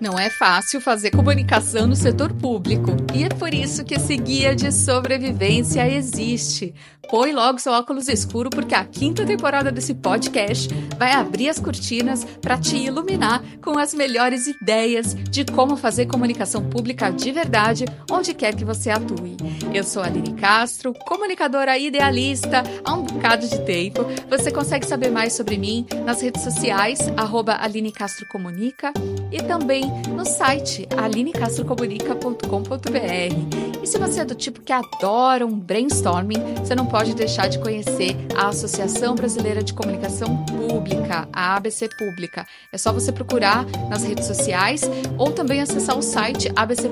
Não é fácil fazer comunicação no setor público e é por isso que esse guia de sobrevivência existe. Põe logo seu óculos escuro porque a 5ª temporada desse podcast vai abrir as cortinas para te iluminar com as melhores ideias de como fazer comunicação pública de verdade onde quer que você atue. Eu sou a Aline Castro, comunicadora idealista há um bocado de tempo. Você consegue saber mais sobre mim nas redes sociais, @AlineCastroComunica e também no site alinecastrocomunica.com.br. E se você é do tipo que adora um brainstorming, você não pode deixar de conhecer a Associação Brasileira de Comunicação Pública, a ABC Pública. É só você procurar nas redes sociais ou também acessar o site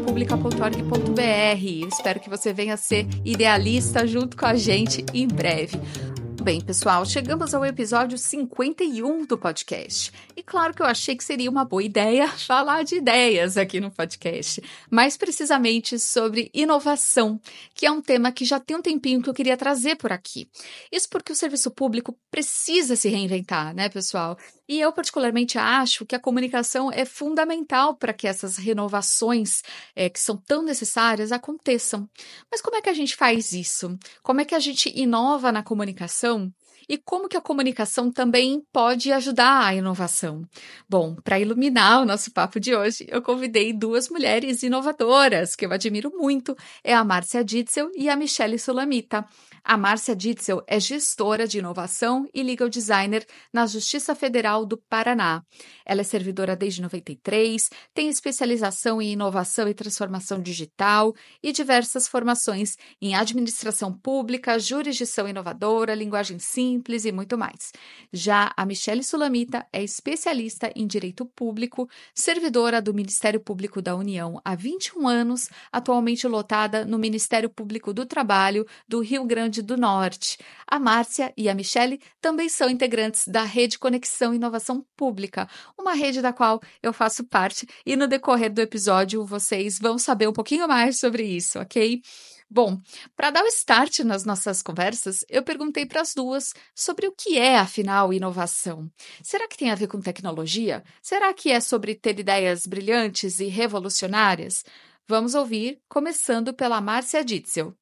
abcpublica.org.br. Espero que você venha ser idealista junto com a gente em breve. Bem, pessoal, chegamos ao episódio 51 do podcast. E claro que eu achei que seria uma boa ideia falar de ideias aqui no podcast, mais precisamente sobre inovação, que é um tema que já tem um tempinho que eu queria trazer por aqui. Isso porque o serviço público precisa se reinventar, né, pessoal? E eu particularmente acho que a comunicação é fundamental para que essas renovações que são tão necessárias aconteçam. Mas como é que a gente faz isso? Como é que a gente inova na comunicação? E como que a comunicação também pode ajudar a inovação? Bom, para iluminar o nosso papo de hoje, eu convidei 2 mulheres inovadoras que eu admiro muito, é a Márcia Ditzel e a Michele Sulamita. A Márcia Ditzel é gestora de inovação e legal designer na Justiça Federal do Paraná. Ela é servidora desde 93, tem especialização em inovação e transformação digital e diversas formações em administração pública, jurisdição inovadora, linguagem simples e muito mais. Já a Michele Sulamita é especialista em direito público, servidora do Ministério Público da União há 21 anos, atualmente lotada no Ministério Público do Trabalho do Rio Grande do Norte. A Márcia e a Michele também são integrantes da Rede Conexão Inovação Pública, uma rede da qual eu faço parte, e no decorrer do episódio vocês vão saber um pouquinho mais sobre isso, ok? Bom, para dar o start nas nossas conversas, eu perguntei para as duas sobre o que é, afinal, inovação. Será que tem a ver com tecnologia? Será que é sobre ter ideias brilhantes e revolucionárias? Vamos ouvir, começando pela Márcia Ditzel.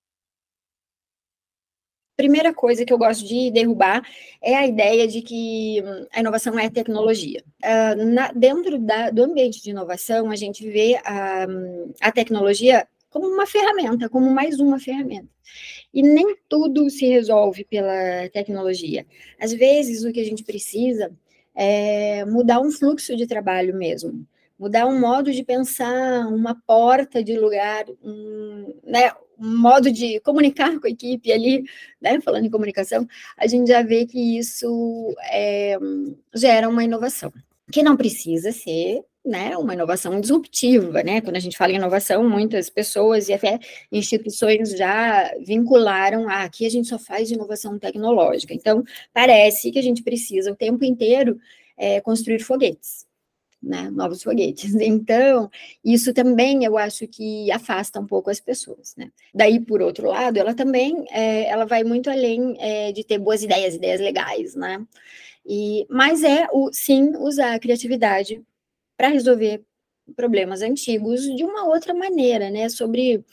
Primeira coisa que eu gosto de derrubar é a ideia de que a inovação é tecnologia. Dentro do ambiente de inovação, a gente vê a tecnologia como uma ferramenta, como mais uma ferramenta. E nem tudo se resolve pela tecnologia. Às vezes, o que a gente precisa é mudar um fluxo de trabalho mesmo, mudar um modo de pensar, uma porta de lugar, um modo de comunicar com a equipe ali, né? Falando em comunicação, a gente já vê que isso gera uma inovação, que não precisa ser, né, uma inovação disruptiva, né? Quando a gente fala em inovação, muitas pessoas e até instituições já vincularam aqui a gente só faz inovação tecnológica. Então, parece que a gente precisa o tempo inteiro construir foguetes, né, novos foguetes. Então, isso também eu acho que afasta um pouco as pessoas, né? Daí, por outro lado, ela também ela vai muito além de ter boas ideias, ideias legais, né? Mas sim, usar a criatividade para resolver problemas antigos de uma outra maneira, né? Sobre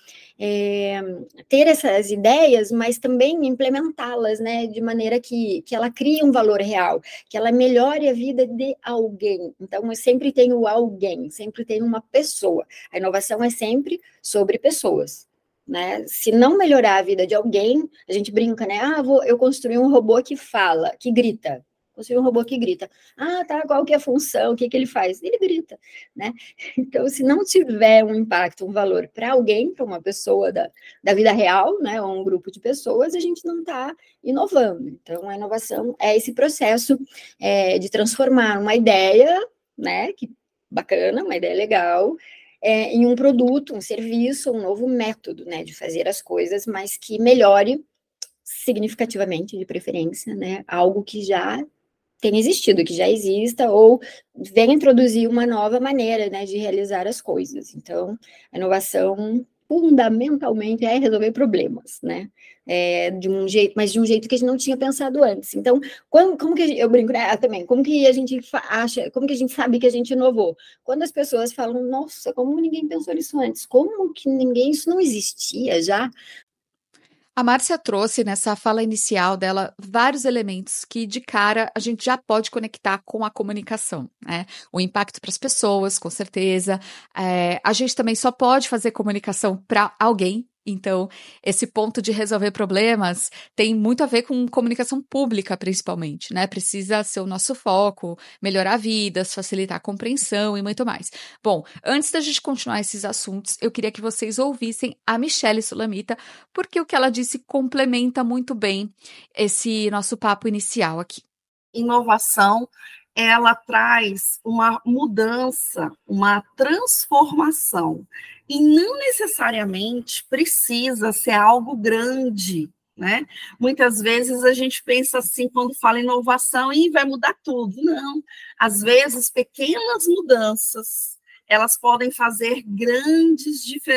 ter essas ideias, mas também implementá-las, né? De maneira que ela crie um valor real, que ela melhore a vida de alguém. Então, eu sempre tenho alguém, sempre tenho uma pessoa. A inovação é sempre sobre pessoas, né? Se não melhorar a vida de alguém, a gente brinca, né? Eu construí um robô que fala, que grita. Construir um robô que grita. Tá, qual que é a função? O que ele faz? Ele grita, né? Então, se não tiver um impacto, um valor para alguém, para uma pessoa da vida real, né, ou um grupo de pessoas, a gente não está inovando. Então, a inovação é esse processo de transformar uma ideia, né, que bacana, uma ideia legal, em um produto, um serviço, um novo método, né, de fazer as coisas, mas que melhore significativamente, de preferência, né, algo que já tem existido, que já exista, ou vem introduzir uma nova maneira, né, de realizar as coisas. Então, a inovação fundamentalmente é resolver problemas, né? De um jeito, mas de um jeito que a gente não tinha pensado antes. Então, como que eu brinco, né, também, como que a gente acha, como que a gente sabe que a gente inovou? Quando as pessoas falam, nossa, como ninguém pensou nisso antes? Como que isso não existia já? A Márcia trouxe nessa fala inicial dela vários elementos que, de cara, a gente já pode conectar com a comunicação, né? O impacto para as pessoas, com certeza. A gente também só pode fazer comunicação para alguém. Então, esse ponto de resolver problemas tem muito a ver com comunicação pública, principalmente, né? Precisa ser o nosso foco, melhorar vidas, facilitar a compreensão e muito mais. Bom, antes da gente continuar esses assuntos, eu queria que vocês ouvissem a Michelle Sulamita, porque o que ela disse complementa muito bem esse nosso papo inicial aqui. Inovação, ela traz uma mudança, uma transformação, e não necessariamente precisa ser algo grande, né? Muitas vezes a gente pensa assim, quando fala inovação, e vai mudar tudo. Não, às vezes pequenas mudanças, elas podem fazer grande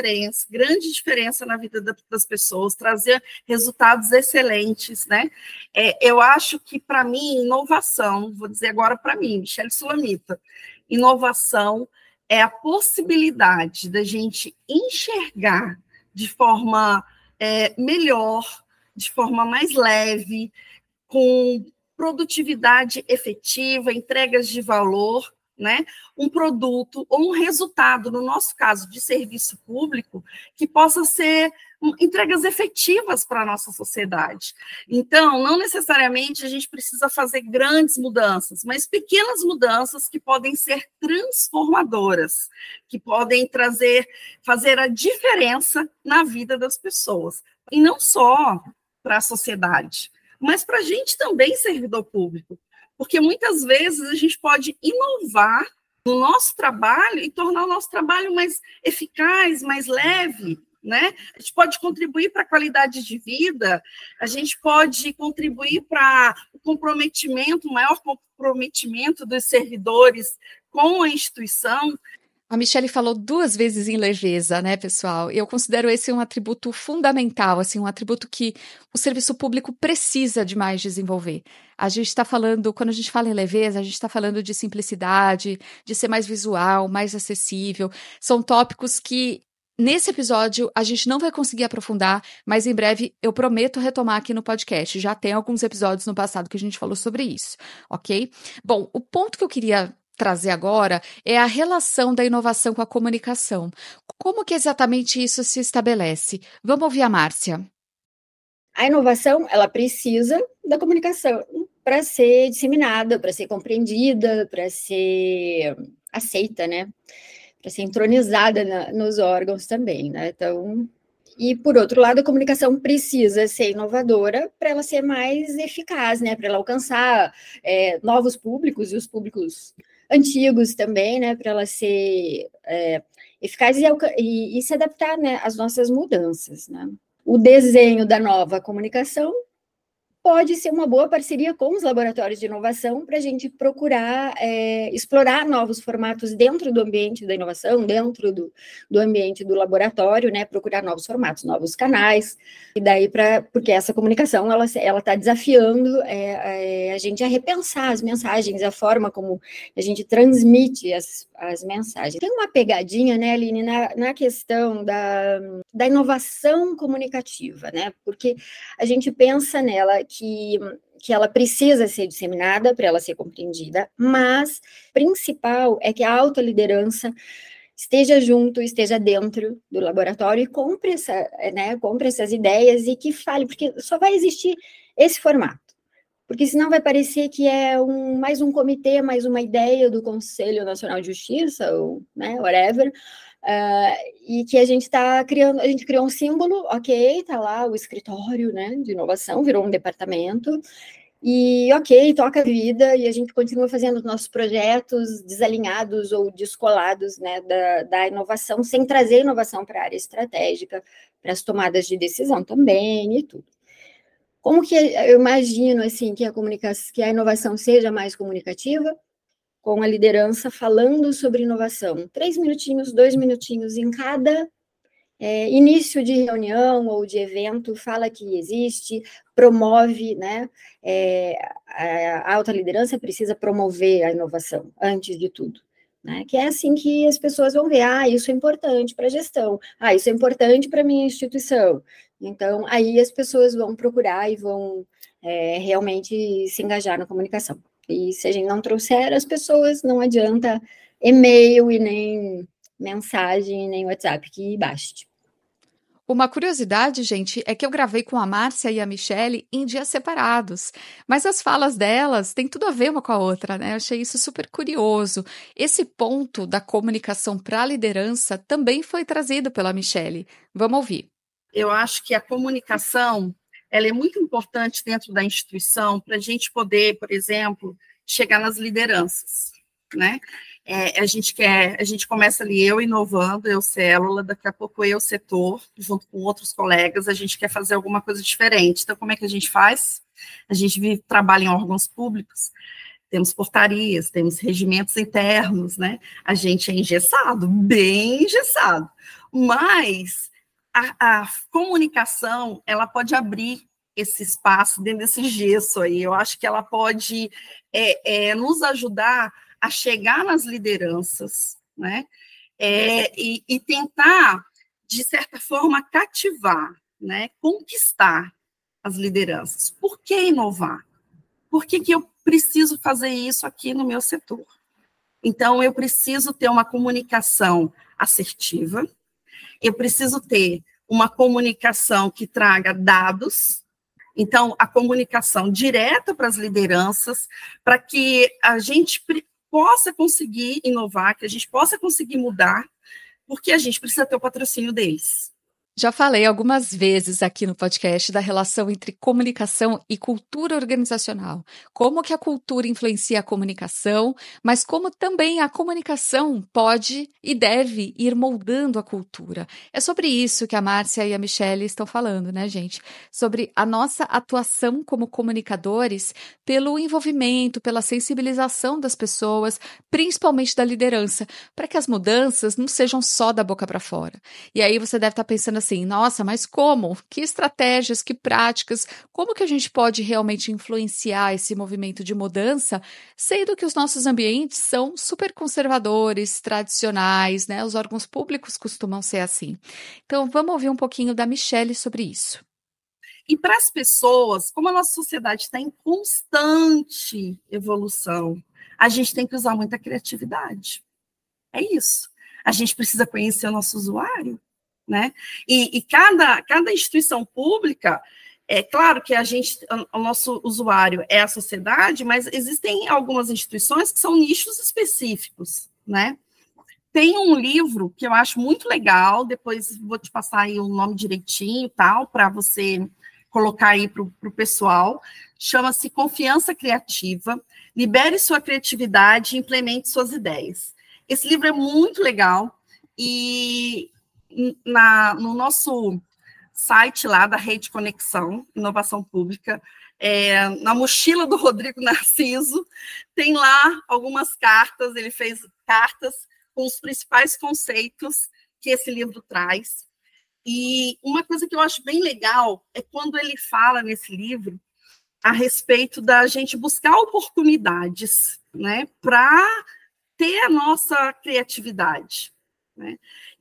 diferença na vida das pessoas, trazer resultados excelentes, né? Eu acho que, para mim, inovação, vou dizer agora para mim, Michelle Sulamita, inovação é a possibilidade da gente enxergar de forma melhor, de forma mais leve, com produtividade efetiva, entregas de valor, né, um produto ou um resultado, no nosso caso, de serviço público, que possa ser entregas efetivas para a nossa sociedade. Então, não necessariamente a gente precisa fazer grandes mudanças, mas pequenas mudanças que podem ser transformadoras, que podem fazer a diferença na vida das pessoas. E não só para a sociedade, mas para a gente também, servidor público. Porque muitas vezes a gente pode inovar no nosso trabalho e tornar o nosso trabalho mais eficaz, mais leve, né? A gente pode contribuir para a qualidade de vida, a gente pode contribuir para o maior comprometimento dos servidores com a instituição. A Michelle falou 2 vezes em leveza, né, pessoal? Eu considero esse um atributo fundamental, assim, um atributo que o serviço público precisa de mais desenvolver. A gente está falando, quando a gente fala em leveza, a gente está falando de simplicidade, de ser mais visual, mais acessível. São tópicos que, nesse episódio, a gente não vai conseguir aprofundar, mas em breve eu prometo retomar aqui no podcast. Já tem alguns episódios no passado que a gente falou sobre isso, ok? Bom, o ponto que eu queria trazer agora é a relação da inovação com a comunicação. Como que exatamente isso se estabelece? Vamos ouvir a Márcia. A inovação, ela precisa da comunicação para ser disseminada, para ser compreendida, para ser aceita, né? Para ser entronizada nos órgãos também, né? Então, e por outro lado, a comunicação precisa ser inovadora para ela ser mais eficaz, né? Para ela alcançar novos públicos e os públicos antigos também, né, para ela ser eficaz e se adaptar, né, às nossas mudanças, né. O desenho da nova comunicação pode ser uma boa parceria com os laboratórios de inovação para a gente procurar explorar novos formatos dentro do ambiente da inovação, dentro do ambiente do laboratório, né? Procurar novos formatos, novos canais, e daí porque essa comunicação ela está desafiando a gente a repensar as mensagens, a forma como a gente transmite as mensagens. Tem uma pegadinha, né, Aline, na questão da inovação comunicativa, né? Porque a gente pensa nela que ela precisa ser disseminada para ela ser compreendida, mas o principal é que a alta liderança esteja junto, esteja dentro do laboratório e compre essas ideias e que fale, porque só vai existir esse formato. Porque senão vai parecer que é mais um comitê, mais uma ideia do Conselho Nacional de Justiça, ou, né, whatever, e que a gente criou um símbolo, ok, tá lá o escritório, né, de inovação, virou um departamento, e ok, toca a vida, e a gente continua fazendo os nossos projetos desalinhados ou descolados, né, da inovação, sem trazer inovação para a área estratégica, para as tomadas de decisão também e tudo. Como que eu imagino, assim, que a inovação seja mais comunicativa? Com a liderança falando sobre inovação. 3 minutinhos, 2 minutinhos em cada início de reunião ou de evento, fala que existe, promove, né? A alta liderança precisa promover a inovação, antes de tudo. Né? Que é assim que as pessoas vão ver, isso é importante para a gestão, isso é importante para a minha instituição. Então, aí as pessoas vão procurar e vão realmente se engajar na comunicação. E se a gente não trouxer as pessoas, não adianta e-mail e nem mensagem, nem WhatsApp, que baste. Uma curiosidade, gente, é que eu gravei com a Márcia e a Michelle em dias separados, mas as falas delas têm tudo a ver uma com a outra, né? Eu achei isso super curioso. Esse ponto da comunicação para a liderança também foi trazido pela Michelle. Vamos ouvir. Eu acho que a comunicação, ela é muito importante dentro da instituição para a gente poder, por exemplo, chegar nas lideranças, né? A gente começa ali, eu inovando, eu célula, daqui a pouco eu setor, junto com outros colegas, a gente quer fazer alguma coisa diferente. Então, como é que a gente faz? A gente trabalha em órgãos públicos, temos portarias, temos regimentos internos, né? A gente é engessado, bem engessado, mas a comunicação, ela pode abrir esse espaço dentro desse gesso aí. Eu acho que ela pode nos ajudar a chegar nas lideranças, né? E tentar, de certa forma, cativar, né? Conquistar as lideranças. Por que inovar? Por que eu preciso fazer isso aqui no meu setor? Então, eu preciso ter uma comunicação assertiva, eu preciso ter uma comunicação que traga dados, então, a comunicação direta para as lideranças, para que a gente possa conseguir inovar, que a gente possa conseguir mudar, porque a gente precisa ter o patrocínio deles. Já falei algumas vezes aqui no podcast da relação entre comunicação e cultura organizacional. Como que a cultura influencia a comunicação, mas como também a comunicação pode e deve ir moldando a cultura. É sobre isso que a Márcia e a Michelle estão falando, né, gente? Sobre a nossa atuação como comunicadores pelo envolvimento, pela sensibilização das pessoas, principalmente da liderança, para que as mudanças não sejam só da boca para fora. E aí você deve estar pensando assim, nossa, mas como? Que estratégias, que práticas, como que a gente pode realmente influenciar esse movimento de mudança, sendo que os nossos ambientes são super conservadores, tradicionais, né? Os órgãos públicos costumam ser assim. Então, vamos ouvir um pouquinho da Michelle sobre isso. E para as pessoas, como a nossa sociedade está em constante evolução, a gente tem que usar muita criatividade. É isso. A gente precisa conhecer o nosso usuário, né? E cada instituição pública, é claro que o nosso usuário é a sociedade, mas existem algumas instituições que são nichos específicos, né? Tem um livro que eu acho muito legal, depois vou te passar aí o nome direitinho, tal, para você colocar aí para o pessoal, chama-se Confiança Criativa, libere sua criatividade e implemente suas ideias. Esse livro é muito legal e no nosso site lá da Rede Conexão, Inovação Pública, na mochila do Rodrigo Narciso, tem lá algumas cartas, ele fez cartas com os principais conceitos que esse livro traz. E uma coisa que eu acho bem legal é quando ele fala nesse livro a respeito da gente buscar oportunidades, né, para ter a nossa criatividade, né?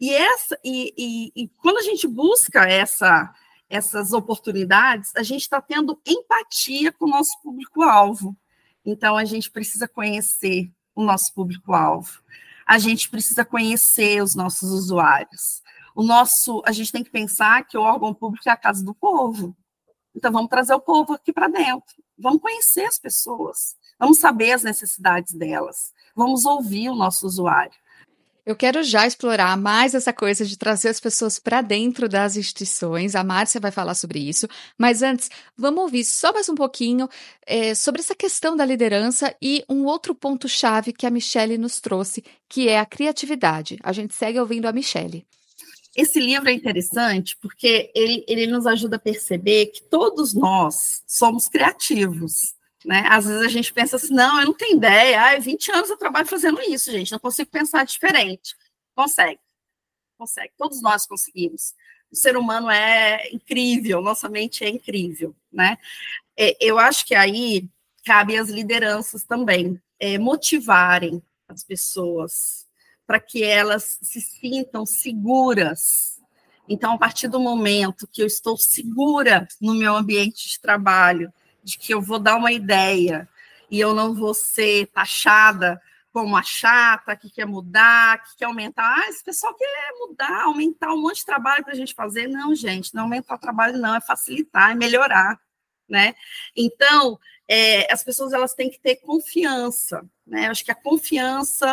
E quando a gente busca essas oportunidades, a gente está tendo empatia com o nosso público-alvo. Então, a gente precisa conhecer o nosso público-alvo. A gente precisa conhecer os nossos usuários. A gente tem que pensar que o órgão público é a casa do povo. Então, vamos trazer o povo aqui para dentro. Vamos conhecer as pessoas. Vamos saber as necessidades delas. Vamos ouvir o nosso usuário. Eu quero já explorar mais essa coisa de trazer as pessoas para dentro das instituições. A Márcia vai falar sobre isso. Mas antes, vamos ouvir só mais um pouquinho sobre essa questão da liderança e um outro ponto-chave que a Michelle nos trouxe, que é a criatividade. A gente segue ouvindo a Michelle. Esse livro é interessante porque ele nos ajuda a perceber que todos nós somos criativos, né? Às vezes a gente pensa assim, não, eu não tenho ideia, 20 anos eu trabalho fazendo isso, gente, não consigo pensar diferente. Consegue. consegue, todos nós conseguimos. O ser humano é incrível, nossa mente é incrível, né? Eu acho que aí cabe às lideranças também motivarem as pessoas para que elas se sintam seguras. Então, a partir do momento que eu estou segura no meu ambiente de trabalho, de que eu vou dar uma ideia e eu não vou ser taxada como a chata, que quer mudar, que quer aumentar. Esse pessoal quer mudar, aumentar um monte de trabalho para a gente fazer. Não, gente, não aumentar o trabalho não, é facilitar, é melhorar, né? Então, as pessoas elas têm que ter confiança, né? Eu acho que a confiança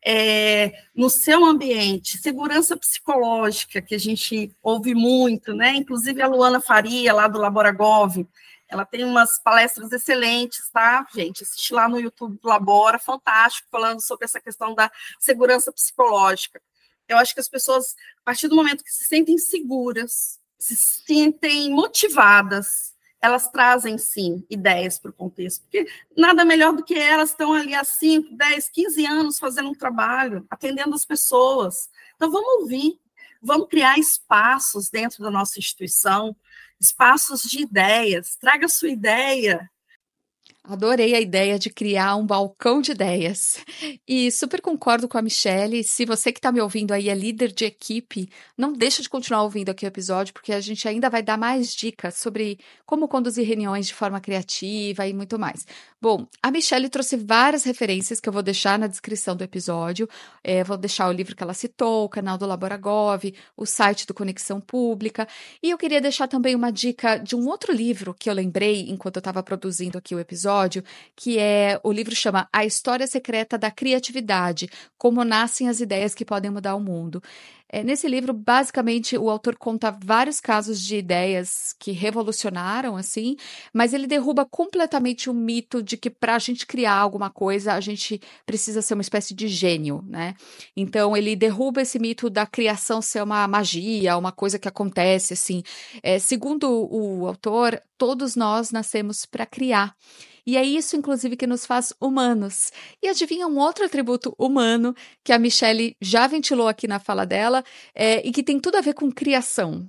no seu ambiente, segurança psicológica, que a gente ouve muito, né? Inclusive a Luana Faria, lá do Laboragov, ela tem umas palestras excelentes, tá, gente? Assiste lá no YouTube do Labora, fantástico, falando sobre essa questão da segurança psicológica. Eu acho que as pessoas, a partir do momento que se sentem seguras, se sentem motivadas, elas trazem, sim, ideias para o contexto, porque nada melhor do que elas estão ali há 5, 10, 15 anos fazendo um trabalho, atendendo as pessoas. Então, vamos ouvir, vamos criar espaços dentro da nossa instituição, espaços de ideias, traga a sua ideia. Adorei a ideia de criar um balcão de ideias. E super concordo com a Michelle. Se você que está me ouvindo aí é líder de equipe, não deixa de continuar ouvindo aqui o episódio, porque a gente ainda vai dar mais dicas sobre como conduzir reuniões de forma criativa e muito mais. Bom, a Michelle trouxe várias referências que eu vou deixar na descrição do episódio. Vou deixar o livro que ela citou, o canal do Laboragov, o site do Conexão Pública. E eu queria deixar também uma dica de um outro livro que eu lembrei enquanto eu estava produzindo aqui o episódio, que o livro chama A História Secreta da Criatividade, Como Nascem as Ideias que Podem Mudar o Mundo. Nesse livro, basicamente, o autor conta vários casos de ideias que revolucionaram, assim, mas ele derruba completamente o mito de que para a gente criar alguma coisa, a gente precisa ser uma espécie de gênio, né? Então, ele derruba esse mito da criação ser uma magia, uma coisa que acontece, assim. Segundo o autor, todos nós nascemos para criar. E é isso, inclusive, que nos faz humanos. E adivinha um outro atributo humano que a Michelle já ventilou aqui na fala dela, e que tem tudo a ver com criação.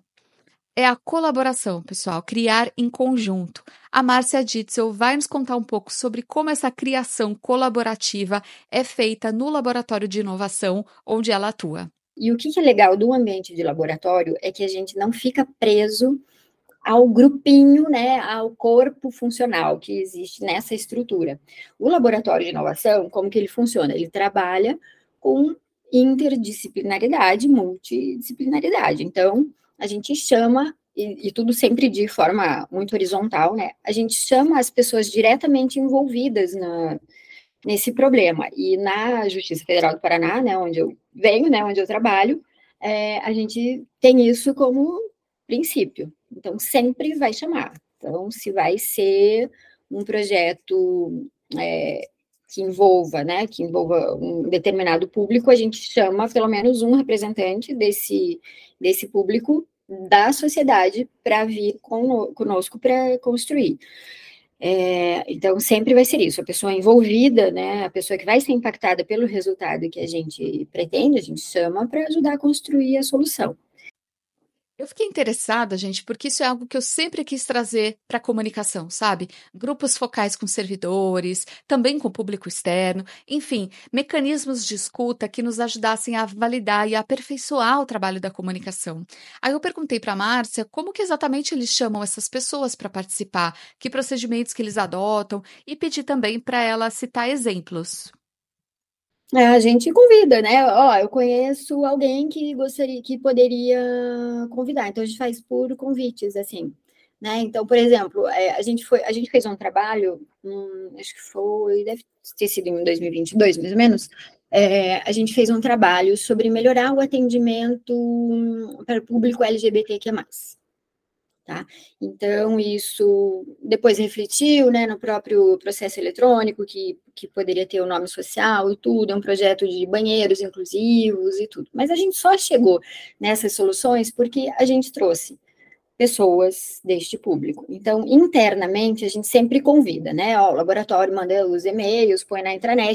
É a colaboração, pessoal, criar em conjunto. A Márcia Ditzel vai nos contar um pouco sobre como essa criação colaborativa é feita no laboratório de inovação onde ela atua. E o que é legal do ambiente de laboratório é que a gente não fica preso ao grupinho, né, ao corpo funcional que existe nessa estrutura. O laboratório de inovação, como que ele funciona? Ele trabalha com interdisciplinaridade, multidisciplinaridade. Então, a gente chama, e tudo sempre de forma muito horizontal, né, a gente chama as pessoas diretamente envolvidas nesse problema. E na Justiça Federal do Paraná, né, onde eu venho, né, onde eu trabalho, a gente tem isso como princípio. Então, sempre vai chamar. Então, se vai ser um projeto que envolva um determinado público, a gente chama pelo menos um representante desse público da sociedade para vir conosco para construir. Então, sempre vai ser isso, a pessoa envolvida, né, a pessoa que vai ser impactada pelo resultado que a gente pretende, a gente chama para ajudar a construir a solução. Eu fiquei interessada, gente, porque isso é algo que eu sempre quis trazer para a comunicação, sabe? Grupos focais com servidores, também com público externo, enfim, mecanismos de escuta que nos ajudassem a validar e a aperfeiçoar o trabalho da comunicação. Aí eu perguntei para a Márcia como que exatamente eles chamam essas pessoas para participar, que procedimentos que eles adotam, e pedi também para ela citar exemplos. A gente convida, né? Ó, eu conheço alguém que poderia convidar. Então, a gente faz por convites, assim, né? Então, por exemplo, a gente fez um trabalho, acho que deve ter sido em 2022, mais ou menos. A gente fez um trabalho sobre melhorar o atendimento para o público LGBTQIA+. Tá? Então, isso depois refletiu, né, no próprio processo eletrônico, que poderia ter o nome social e tudo, é um projeto de banheiros inclusivos e tudo. Mas a gente só chegou nessas soluções porque a gente trouxe pessoas deste público. Então, internamente, a gente sempre convida, né? Ó, o laboratório manda os e-mails, põe na intranet,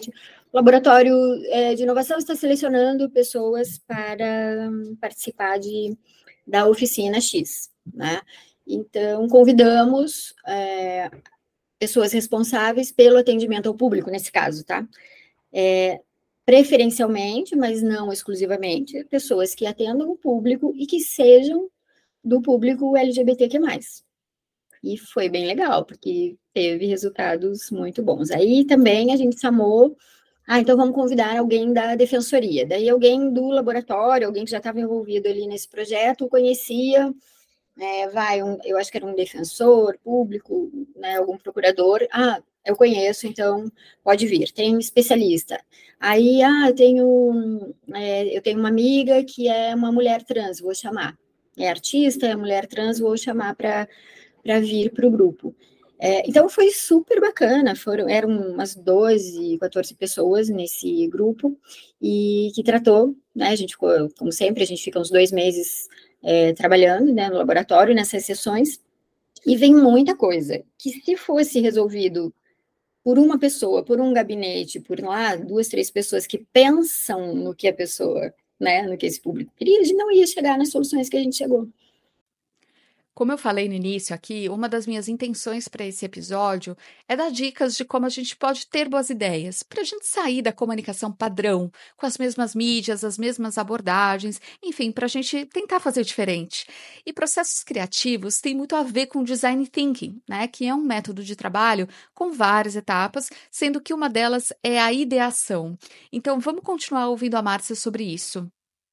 o laboratório de inovação está selecionando pessoas para participar da oficina X, né? Então, convidamos pessoas responsáveis pelo atendimento ao público, nesse caso, tá? Preferencialmente, mas não exclusivamente, pessoas que atendam o público e que sejam do público LGBTQ+. E foi bem legal, porque teve resultados muito bons. Aí também a gente chamou, então vamos convidar alguém da defensoria. Daí alguém do laboratório, alguém que já estava envolvido ali nesse projeto, conhecia, eu acho que era um defensor público, né, algum procurador. Eu conheço, então pode vir. Tem um especialista. Aí, eu tenho uma amiga que é uma mulher trans, vou chamar. É artista, é mulher trans, vou chamar para vir para o grupo. Então, foi super bacana, eram umas 12, 14 pessoas nesse grupo, e que tratou, né, a gente ficou, como sempre, a gente fica uns 2 meses trabalhando, né, no laboratório, nessas sessões, e vem muita coisa, que se fosse resolvido por uma pessoa, por um gabinete, por lá, 2, 3 pessoas que pensam no que a pessoa, né, no que esse público queria, a gente não ia chegar nas soluções que a gente chegou. Como eu falei no início aqui, uma das minhas intenções para esse episódio é dar dicas de como a gente pode ter boas ideias, para a gente sair da comunicação padrão, com as mesmas mídias, as mesmas abordagens, enfim, para a gente tentar fazer diferente. E processos criativos têm muito a ver com design thinking, né, que é um método de trabalho com várias etapas, sendo que uma delas é a ideação. Então, vamos continuar ouvindo a Márcia sobre isso.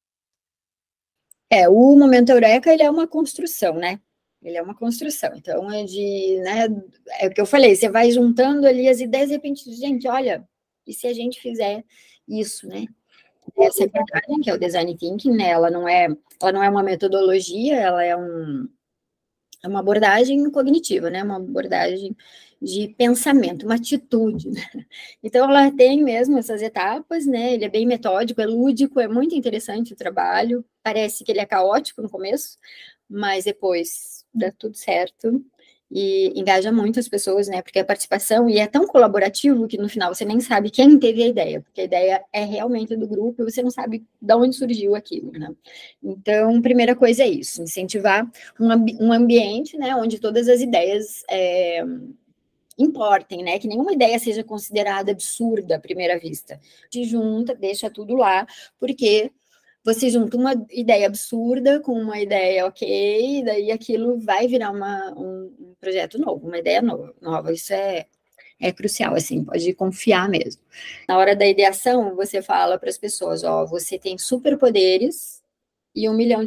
O Momento Eureka, ele é uma construção, né? Ele é uma construção, então né, é o que eu falei, você vai juntando ali as ideias, de repente, gente, olha, e se a gente fizer isso, né? Essa abordagem, que é o Design Thinking, né, ela não é uma metodologia, ela é uma abordagem cognitiva, né, uma abordagem de pensamento, uma atitude, né? Então, ela tem mesmo essas etapas, né, ele é bem metódico, é lúdico, é muito interessante o trabalho, parece que ele é caótico no começo, mas depois dá tudo certo e engaja muito as pessoas, né? Porque a participação, e é tão colaborativo que no final você nem sabe quem teve a ideia, porque a ideia é realmente do grupo e você não sabe de onde surgiu aquilo, né? Então, primeira coisa é isso, incentivar um ambiente, né, onde todas as ideias importem, né? Que nenhuma ideia seja considerada absurda à primeira vista. Se junta, deixa tudo lá, porque você junta uma ideia absurda com uma ideia ok, e daí aquilo vai virar um projeto novo, uma ideia nova. Isso é crucial, assim, pode confiar mesmo. Na hora da ideação, você fala para as pessoas, você tem superpoderes e $1 milhão.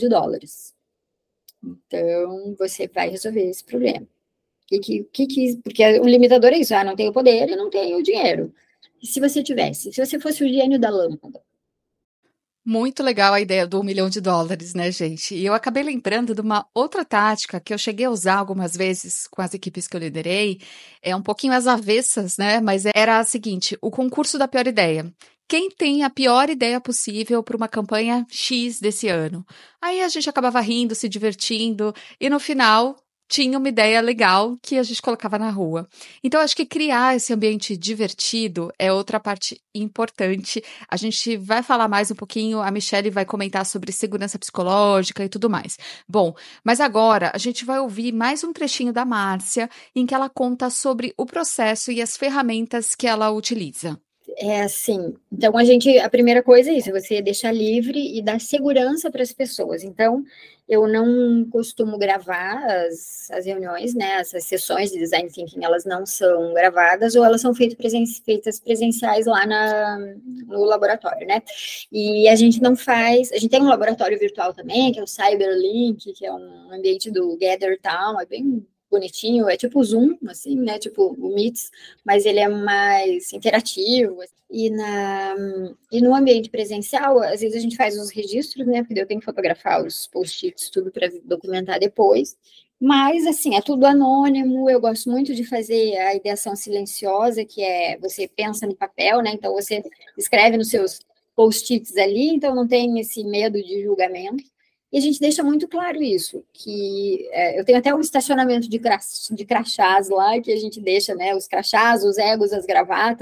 Então, você vai resolver esse problema. Porque o limitador é isso, não tenho poder e não tenho dinheiro. E se você fosse o gênio da lâmpada? Muito legal a ideia do $1 milhão, né, gente? E eu acabei lembrando de uma outra tática que eu cheguei a usar algumas vezes com as equipes que eu liderei, um pouquinho às avessas, né? Mas era a seguinte: o concurso da pior ideia. Quem tem a pior ideia possível para uma campanha X desse ano? Aí a gente acabava rindo, se divertindo, e no final tinha uma ideia legal que a gente colocava na rua. Então, acho que criar esse ambiente divertido é outra parte importante. A gente vai falar mais um pouquinho, a Michelle vai comentar sobre segurança psicológica e tudo mais. Bom, mas agora a gente vai ouvir mais um trechinho da Márcia, em que ela conta sobre o processo e as ferramentas que ela utiliza. Assim, então a primeira coisa é isso, você deixar livre e dar segurança para as pessoas. Então, eu não costumo gravar as reuniões, né, essas sessões de design thinking, elas não são gravadas ou elas são feitas presenciais lá no laboratório, né, e a gente tem um laboratório virtual também, que é o Cyberlink, que é um ambiente do Gather Town, é bem bonitinho, é tipo o Zoom, assim, né, tipo o Meets, mas ele é mais interativo. E no ambiente presencial, às vezes a gente faz os registros, né, porque eu tenho que fotografar os post-its, tudo para documentar depois, mas, assim, é tudo anônimo, eu gosto muito de fazer a ideação silenciosa, que é, você pensa no papel, né, então você escreve nos seus post-its ali, então não tem esse medo de julgamento. E a gente deixa muito claro isso, que eu tenho até um estacionamento de crachás lá, que a gente deixa, né, os crachás, os egos, as gravatas,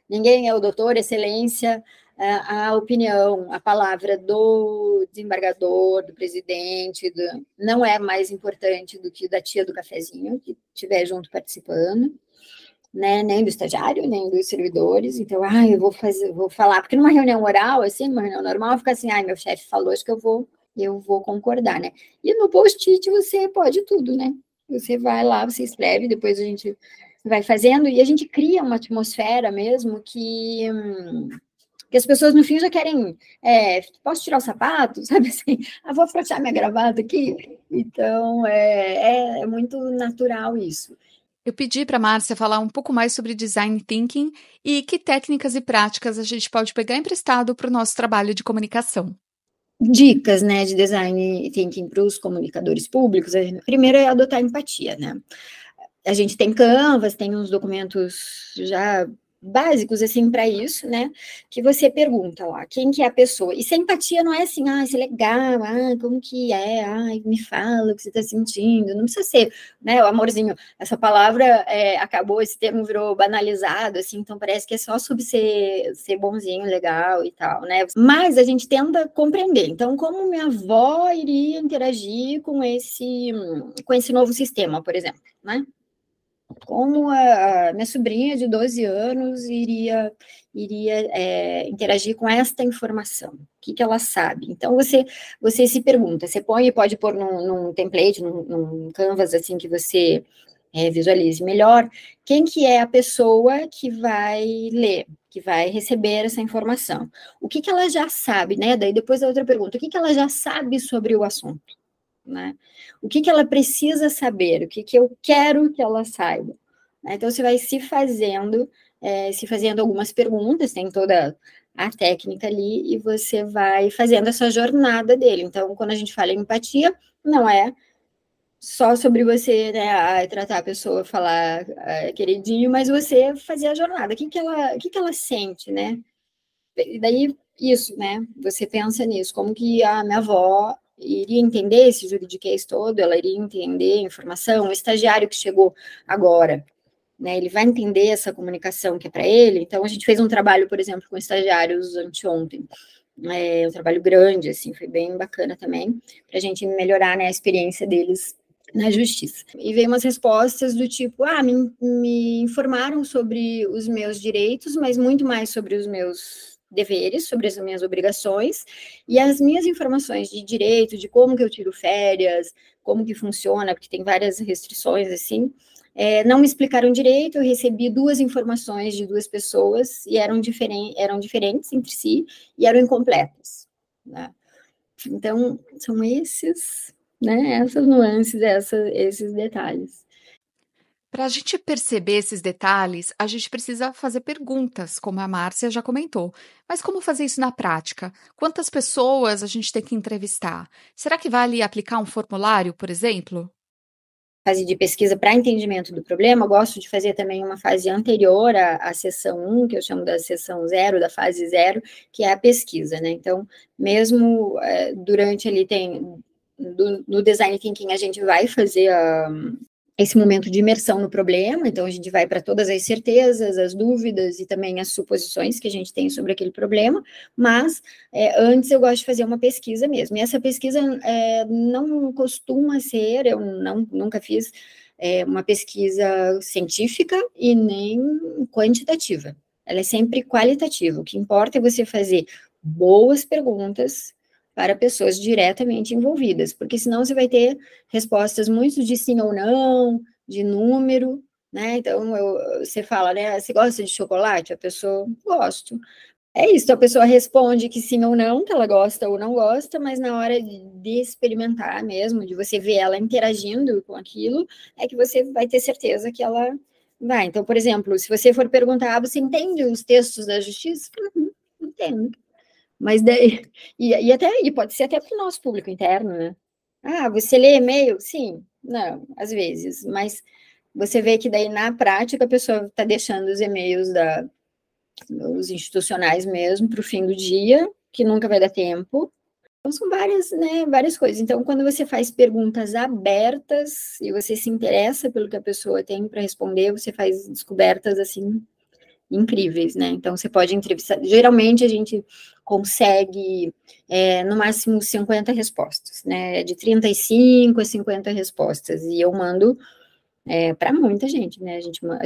Ninguém é o doutor, excelência, a opinião, a palavra do desembargador, do presidente, não é mais importante do que da tia do cafezinho, que estiver junto participando, né? Nem do estagiário, nem dos servidores. Então, eu vou falar, porque numa reunião oral, assim, numa reunião normal, fica assim, meu chefe falou, acho que eu vou concordar, né? E no post-it você pode tudo, né? Você vai lá, você escreve, depois a gente vai fazendo, e a gente cria uma atmosfera mesmo que as pessoas no fim já querem, posso tirar o sapato, sabe assim, vou afrouxar minha gravata aqui. Então, é muito natural isso. Eu pedi para a Márcia falar um pouco mais sobre design thinking e que técnicas e práticas a gente pode pegar emprestado para o nosso trabalho de comunicação. Dicas, né, de design thinking para os comunicadores públicos. Primeiro é adotar empatia, né? A gente tem Canvas, tem uns documentos já básicos, assim, para isso, né, que você pergunta lá, quem que é a pessoa, e se a empatia não é assim, isso é legal, como que é, me fala o que você está sentindo, não precisa ser, né, o amorzinho, essa palavra acabou, esse termo virou banalizado, assim, então parece que é só sobre ser bonzinho, legal e tal, né, mas a gente tenta compreender, então, como minha avó iria interagir com esse novo sistema, por exemplo, né, como a minha sobrinha de 12 anos iria interagir com esta informação, o que ela sabe. Então, você se pergunta, você pode pôr num template, num canvas, assim, que você visualize melhor, quem que é a pessoa que vai ler, que vai receber essa informação. O que ela já sabe, né? Daí depois a outra pergunta, o que ela já sabe sobre o assunto? Né? O que ela precisa saber, o que eu quero que ela saiba. Né? Então, você vai se fazendo algumas perguntas, tem toda a técnica ali, e você vai fazendo essa jornada dele. Então, quando a gente fala em empatia, não é só sobre você, né, tratar a pessoa, falar queridinho, mas você fazer a jornada. O que ela sente, né? E daí, isso, né? Você pensa nisso, como que a minha avó iria entender esse juridiquês todo, ela iria entender a informação, o estagiário que chegou agora, né? Ele vai entender essa comunicação que é para ele. Então, a gente fez um trabalho, por exemplo, com estagiários anteontem, um trabalho grande, assim, foi bem bacana também, para a gente melhorar, né, a experiência deles na justiça. E veio umas respostas do tipo, me informaram sobre os meus direitos, mas muito mais sobre os meus deveres, sobre as minhas obrigações, e as minhas informações de direito, de como que eu tiro férias, como que funciona, porque tem várias restrições, assim, não me explicaram direito, eu recebi 2 informações de 2 pessoas, e eram diferentes entre si, e eram incompletas, né? Então, são esses, né, essas nuances, esses detalhes. Para a gente perceber esses detalhes, a gente precisa fazer perguntas, como a Márcia já comentou. Mas como fazer isso na prática? Quantas pessoas a gente tem que entrevistar? Será que vale aplicar um formulário, por exemplo? Fase de pesquisa para entendimento do problema, eu gosto de fazer também uma fase anterior à sessão 1, que eu chamo da sessão 0, da fase 0, que é a pesquisa, né? Então, mesmo durante ali no Design Thinking, a gente vai fazer esse momento de imersão no problema, então a gente vai para todas as certezas, as dúvidas e também as suposições que a gente tem sobre aquele problema, mas antes eu gosto de fazer uma pesquisa mesmo, e essa pesquisa não costuma ser, eu nunca fiz uma pesquisa científica e nem quantitativa, ela é sempre qualitativa, o que importa é você fazer boas perguntas para pessoas diretamente envolvidas, porque senão você vai ter respostas muito de sim ou não, de número, né? Então, você fala, né? Você gosta de chocolate? A pessoa, gosto. É isso, a pessoa responde que sim ou não, que ela gosta ou não gosta, mas na hora de experimentar mesmo, de você ver ela interagindo com aquilo, é que você vai ter certeza que ela vai. Então, por exemplo, se você for perguntar, você entende os textos da justiça? Entendo. Mas daí, e pode ser até para o nosso público interno, né? Você lê e-mail? Sim, não, às vezes, mas você vê que daí na prática a pessoa está deixando os e-mails os institucionais mesmo para o fim do dia, que nunca vai dar tempo. Então são várias coisas. Então, quando você faz perguntas abertas e você se interessa pelo que a pessoa tem para responder, você faz descobertas assim incríveis, né? Então, você pode entrevistar. Geralmente, a gente consegue, no máximo, 50 respostas, né? De 35 a 50 respostas. E eu mando para muita gente, né?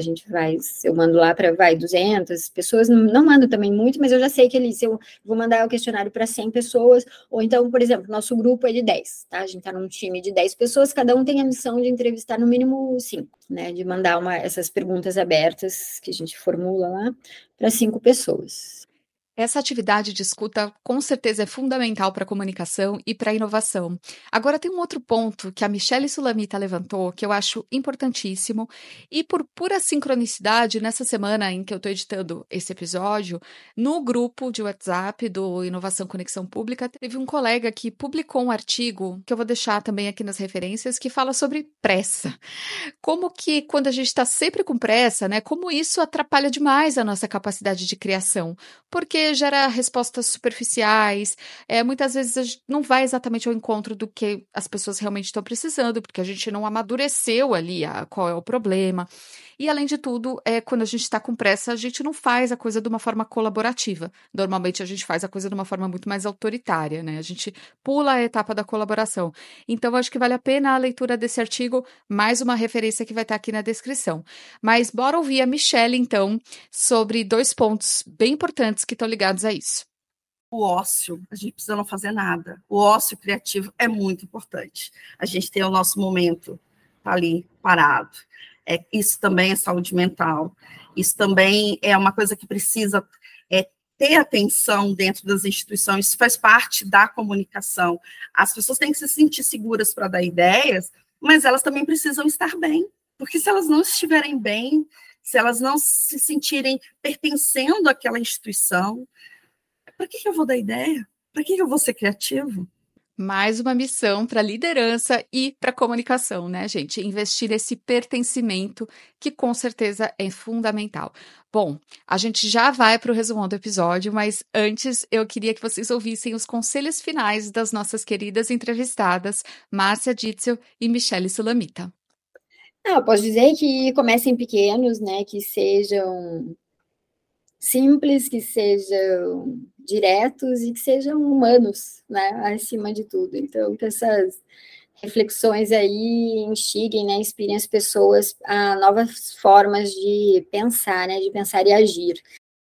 Eu mando lá para, 200 pessoas, não mando também muito, mas eu já sei que ali, se eu vou mandar o questionário para 100 pessoas, ou então, por exemplo, nosso grupo é de 10, tá? A gente está num time de 10 pessoas, cada um tem a missão de entrevistar no mínimo 5, né? De mandar essas perguntas abertas que a gente formula lá para 5 pessoas. Essa atividade de escuta com certeza é fundamental para a comunicação e para a inovação. Agora, tem um outro ponto que a Michelle Sulamita levantou que eu acho importantíssimo, e por pura sincronicidade, nessa semana em que eu estou editando esse episódio, no grupo de WhatsApp do Inovação Conexão Pública, teve um colega que publicou um artigo, que eu vou deixar também aqui nas referências, que fala sobre pressa. Como que quando a gente está sempre com pressa, né, como isso atrapalha demais a nossa capacidade de criação, porque gera respostas superficiais, muitas vezes a gente não vai exatamente ao encontro do que as pessoas realmente estão precisando, porque a gente não amadureceu ali qual é o problema. E, além de tudo, quando a gente está com pressa, a gente não faz a coisa de uma forma colaborativa. Normalmente, a gente faz a coisa de uma forma muito mais autoritária, né? A gente pula a etapa da colaboração. Então, acho que vale a pena a leitura desse artigo, mais uma referência que vai estar aqui na descrição. Mas bora ouvir a Michelle, então, sobre 2 pontos bem importantes que estão ligados a isso. O ócio, a gente precisa não fazer nada. O ócio criativo é muito importante. A gente tem o nosso momento ali parado. Isso também é saúde mental. Isso também é uma coisa que precisa ter atenção dentro das instituições. Isso faz parte da comunicação. As pessoas têm que se sentir seguras para dar ideias, mas elas também precisam estar bem. Porque se elas não estiverem bem, se elas não se sentirem pertencendo àquela instituição, para que eu vou dar ideia? Para que eu vou ser criativo? Mais uma missão para a liderança e para a comunicação, né, gente? Investir nesse pertencimento, que com certeza é fundamental. Bom, a gente já vai para o resumão do episódio, mas antes eu queria que vocês ouvissem os conselhos finais das nossas queridas entrevistadas, Márcia Ditzel e Michelle Sulamita. Eu posso dizer que comecem pequenos, né? Que sejam simples, que sejam diretos e que sejam humanos, né, acima de tudo. Então, que essas reflexões aí instiguem, né, inspirem as pessoas a novas formas de pensar, né, de pensar e agir.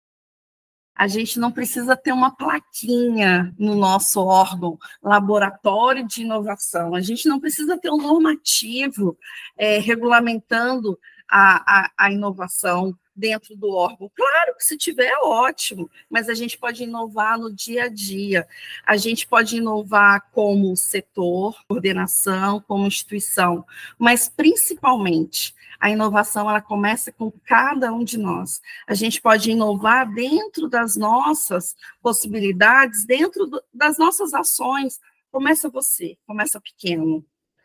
A gente não precisa ter uma plaquinha no nosso órgão, laboratório de inovação. A gente não precisa ter um normativo regulamentando a inovação dentro do órgão. Claro que se tiver, é ótimo, mas a gente pode inovar no dia a dia. A gente pode inovar como setor, coordenação, como instituição, mas principalmente a inovação ela começa com cada um de nós. A gente pode inovar dentro das nossas possibilidades, dentro das nossas ações. Começa você, começa pequeno,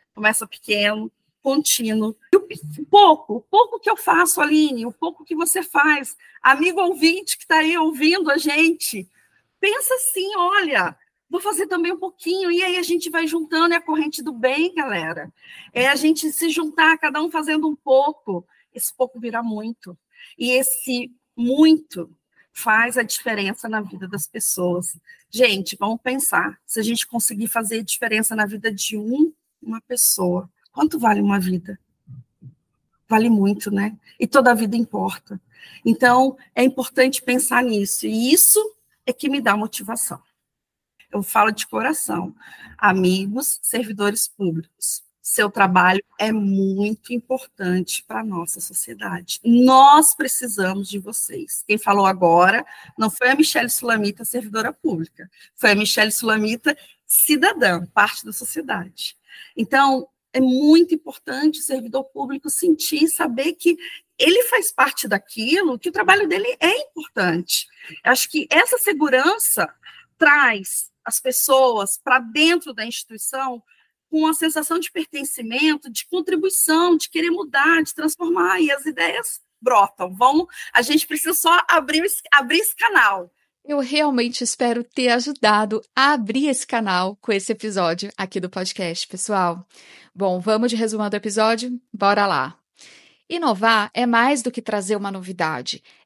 contínuo. O pouco que eu faço, Aline, o pouco que você faz, amigo ouvinte que está aí ouvindo a gente, pensa assim, olha, vou fazer também um pouquinho, e aí a gente vai juntando, é a corrente do bem, galera. É a gente se juntar, cada um fazendo um pouco, esse pouco vira muito. E esse muito faz a diferença na vida das pessoas. Gente, vamos pensar, se a gente conseguir fazer diferença na vida de uma pessoa, quanto vale uma vida? Vale muito, né? E toda a vida importa. Então, é importante pensar nisso. E isso é que me dá motivação. Eu falo de coração. Amigos, servidores públicos, seu trabalho é muito importante para a nossa sociedade. Nós precisamos de vocês. Quem falou agora não foi a Michelle Sulamita, servidora pública. Foi a Michelle Sulamita, cidadã, parte da sociedade. Então, é muito importante o servidor público sentir, saber que ele faz parte daquilo, que o trabalho dele é importante. Acho que essa segurança traz as pessoas para dentro da instituição com uma sensação de pertencimento, de contribuição, de querer mudar, de transformar, e as ideias brotam. A gente precisa só abrir esse canal. Eu realmente espero ter ajudado a abrir esse canal com esse episódio aqui do podcast, pessoal. Bom, vamos de resumo do episódio? Bora lá! Inovar é mais do que trazer uma novidade.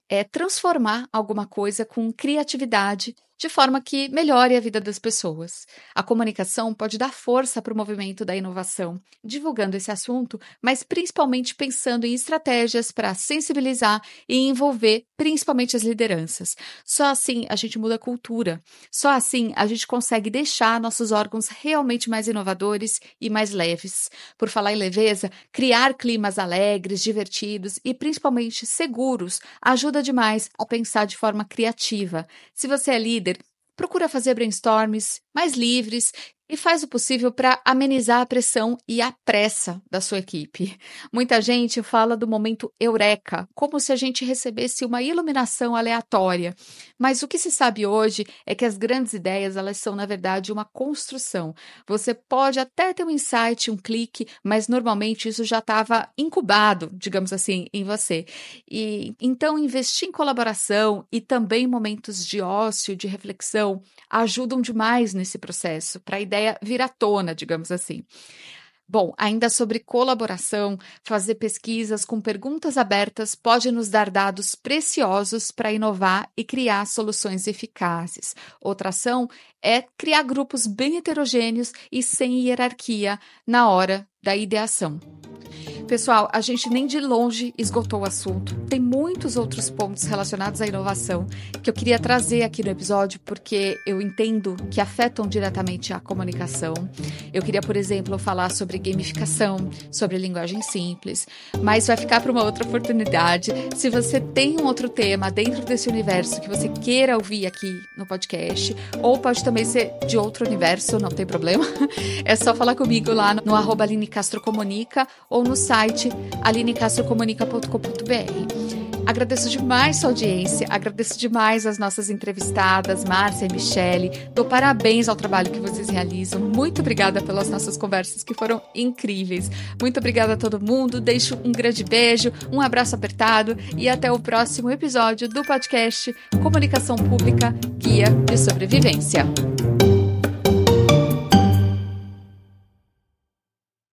é transformar alguma coisa com criatividade, de forma que melhore a vida das pessoas. A comunicação pode dar força para o movimento da inovação, divulgando esse assunto, mas principalmente pensando em estratégias para sensibilizar e envolver principalmente as lideranças. Só assim a gente muda a cultura. Só assim a gente consegue deixar nossos órgãos realmente mais inovadores e mais leves. Por falar em leveza, criar climas alegres, divertidos e principalmente seguros ajuda demais a pensar de forma criativa. Se você é líder, procura fazer brainstorms mais livres e faz o possível para amenizar a pressão e a pressa da sua equipe. Muita gente fala do momento eureka, como se a gente recebesse uma iluminação aleatória. Mas o que se sabe hoje é que as grandes ideias, elas são, na verdade, uma construção. Você pode até ter um insight, um clique, mas normalmente isso já estava incubado, digamos assim, em você. E então investir em colaboração e também momentos de ócio, de reflexão, ajudam demais nesse processo, para a ideia vir à tona, digamos assim. Bom, ainda sobre colaboração, fazer pesquisas com perguntas abertas pode nos dar dados preciosos para inovar e criar soluções eficazes. Outra ação é criar grupos bem heterogêneos e sem hierarquia na hora da ideação. Pessoal, a gente nem de longe esgotou o assunto. Tem muitos outros pontos relacionados à inovação que eu queria trazer aqui no episódio, porque eu entendo que afetam diretamente a comunicação. Eu queria, por exemplo, falar sobre gamificação, sobre linguagem simples, mas vai ficar para uma outra oportunidade. Se você tem um outro tema dentro desse universo que você queira ouvir aqui no podcast, ou pode também ser de outro universo, não tem problema, é só falar comigo lá no @AlineCastroComunica ou no site alinecastrocomunica.com.br. Agradeço demais sua audiência, agradeço demais as nossas entrevistadas, Márcia e Michele. Dou parabéns ao trabalho que vocês realizam. Muito obrigada pelas nossas conversas que foram incríveis. Muito obrigada a todo mundo. Deixo um grande beijo, um abraço apertado e até o próximo episódio do podcast Comunicação Pública, Guia de Sobrevivência.